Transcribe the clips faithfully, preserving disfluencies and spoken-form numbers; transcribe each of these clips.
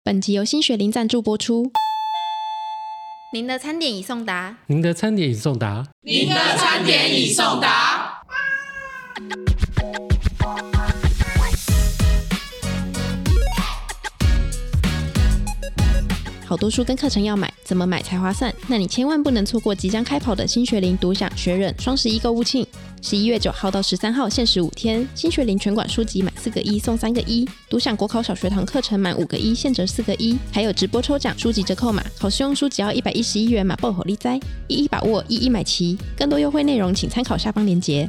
本集由新学林赞助播出。 您的餐点已送达， 您的餐点已送达， 您的餐点已送达。 好多书跟课程要买，怎么买才划算？那你千万不能错过即将开跑的新学林读享学忍双十一购物庆。十一月九号到十三号限时五天，新学林全馆书籍买四个一送三个一，读享国考小学堂课程满五个一现折四个一，还有直播抽奖书籍折扣码，考试用书只要一百一十一元，马爆火力栽，一一把握，一一买齐。更多优惠内容请参考下方链接。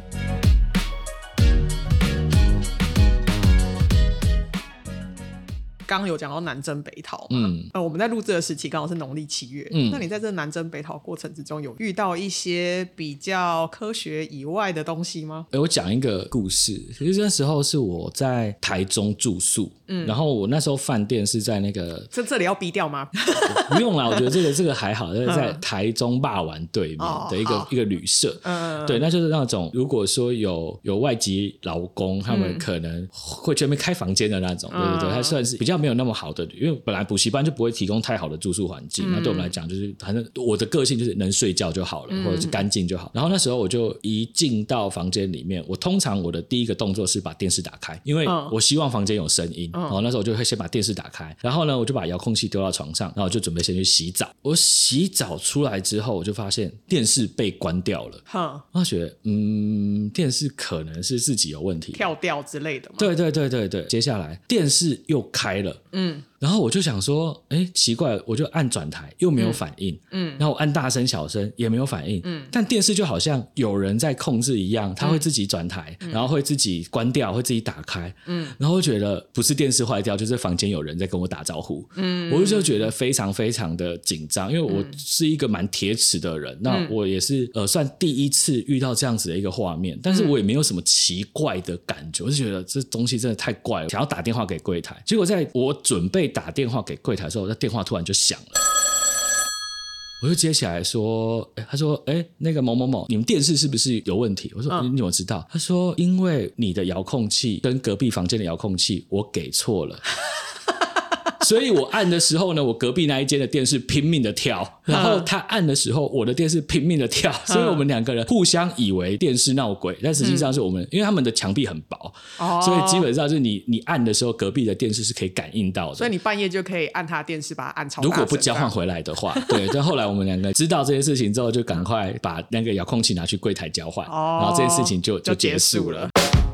刚刚有讲到南征北讨嘛， 嗯呃，我们在录制的时期刚好是农历七月，嗯，那你在这南征北讨过程之中有遇到一些比较科学以外的东西吗？ 欸、我讲一个故事，其实那时候是我在台中住宿，嗯，然后我那时候饭店是在那个这这里要逼掉吗？ 不用啦，我觉得这个这个还好，就是在台中霸丸对面的一个、哦、一个旅社，嗯，对，那就是那种如果说有有外籍劳工，他们可能会去那边开房间的那种，嗯、对对对，它算是比较没有那么好的，因为本来补习班就不会提供太好的住宿环境，那、嗯、对我们来讲就是反正我的个性就是能睡觉就好了，嗯、或者是干净就好。然后那时候我就一进到房间里面，我通常我的第一个动作是把电视打开，因为我希望房间有声音，嗯、然后那时候我就会先把电视打开，然后呢我就把遥控器丢到床上，然后我就准备先去洗澡。我洗澡出来之后，我就发现电视被关掉了，然后觉得嗯，电视可能是自己有问题， 跳掉之类的嘛。 对对对对对，接下来电视又开了，嗯。然后我就想说，哎，奇怪，我就按转台又没有反应，嗯，然后我按大声小声也没有反应，嗯，但电视就好像有人在控制一样，它会自己转台，嗯、然后会自己关掉，会自己打开，嗯，然后我觉得不是电视坏掉，就是房间有人在跟我打招呼，嗯，我就觉得非常非常的紧张，因为我是一个蛮铁齿的人，嗯、那我也是呃算第一次遇到这样子的一个画面，但是我也没有什么奇怪的感觉，我就觉得这东西真的太怪了，想要打电话给柜台，结果在我准备打电话给柜台的时候，那电话突然就响了，我就接起来说，欸、他说，哎、欸，那个某某某，你们电视是不是有问题？我说，嗯、你怎么知道？他说，因为你的遥控器跟隔壁房间的遥控器我给错了。所以我按的时候呢，我隔壁那一间的电视拼命的跳，然后他按的时候我的电视拼命的跳，所以我们两个人互相以为电视闹鬼，但实际上是我们、嗯、因为他们的墙壁很薄、哦、所以基本上是你你按的时候隔壁的电视是可以感应到的， 所以你半夜就可以按他电视把它按超大声， 如果不交换回来的话。对，但后来我们两个知道这件事情之后，就赶快把那个遥控器拿去柜台交换、哦、然后这件事情就就结束了。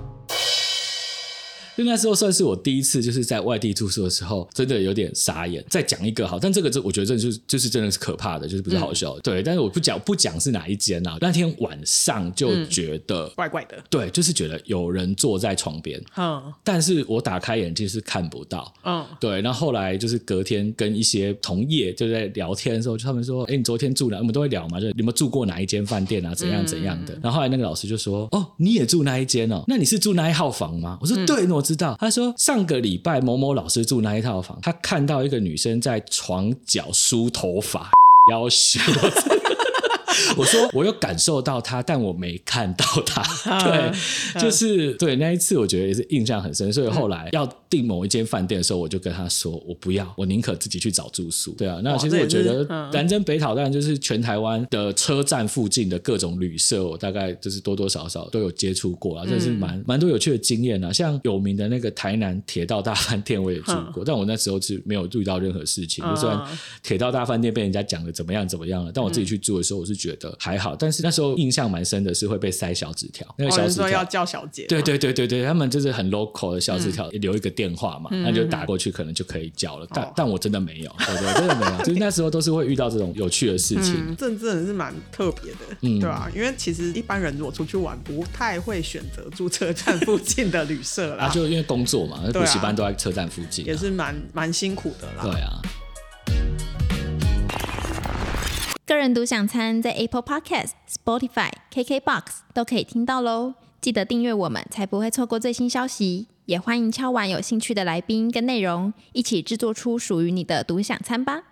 就那时候算是我第一次就是在外地住宿的时候真的有点傻眼。再讲一个好，但这个我觉得真的就是就是真的是可怕的，就是不是好笑的、嗯、对，但是我不讲不讲是哪一间啊，那天晚上就觉得、嗯、 怪怪的， 对，就是觉得有人坐在床边、嗯、但是我打开眼睛是看不到，嗯，对，然后后来就是隔天跟一些同业就在聊天的时候，就他们说，哎，你昨天住哪，我们都会聊嘛，就你有没有住过哪一间饭店啊，怎样怎样的、嗯、然后后来那个老师就说，哦，你也住那一间哦，那你是住那一号房吗？我说、嗯、对，我知道。他说上个礼拜某某老师住那一套房，他看到一个女生在床角梳头发，要修。我说我有感受到他，但我没看到他。对，就是对那一次我觉得也是印象很深，所以后来要订某一间饭店的时候，我就跟他说我不要，我宁可自己去找住宿。对啊，那其实我觉得南征北讨当然就是全台湾的车站附近的各种旅社，我大概就是多多少少都有接触过啊，这是蛮蛮多有趣的经验啊。像有名的那个台南铁道大饭店我也住过，但我那时候是没有遇到任何事情，就算铁道大饭店被人家讲的怎么样怎么样了，但我自己去住的时候我是觉得还好，但是那时候印象蛮深的是会被塞小纸条，那个小纸条、哦、 说要叫小姐， 对对对对对，他们就是很 local 的小纸条、嗯、留一个电话嘛，那、嗯、就打过去可能就可以叫了、嗯、但, 但我真的没有，对对，真的没有。就是那时候都是会遇到这种有趣的事情、嗯、 这真的是蛮特别的、嗯、对啊，因为其实一般人如果出去玩不太会选择住车站附近的旅社啦、啊、 就因为工作嘛，补习班都在车站附近、啊、 也是蛮蛮辛苦的啦。 对啊， 个人独享餐在 Apple Podcast、Spotify、K K B O X 都可以听到咯，记得订阅我们才不会错过最新消息，也欢迎敲碗有兴趣的来宾跟内容，一起制作出属于你的独享餐吧。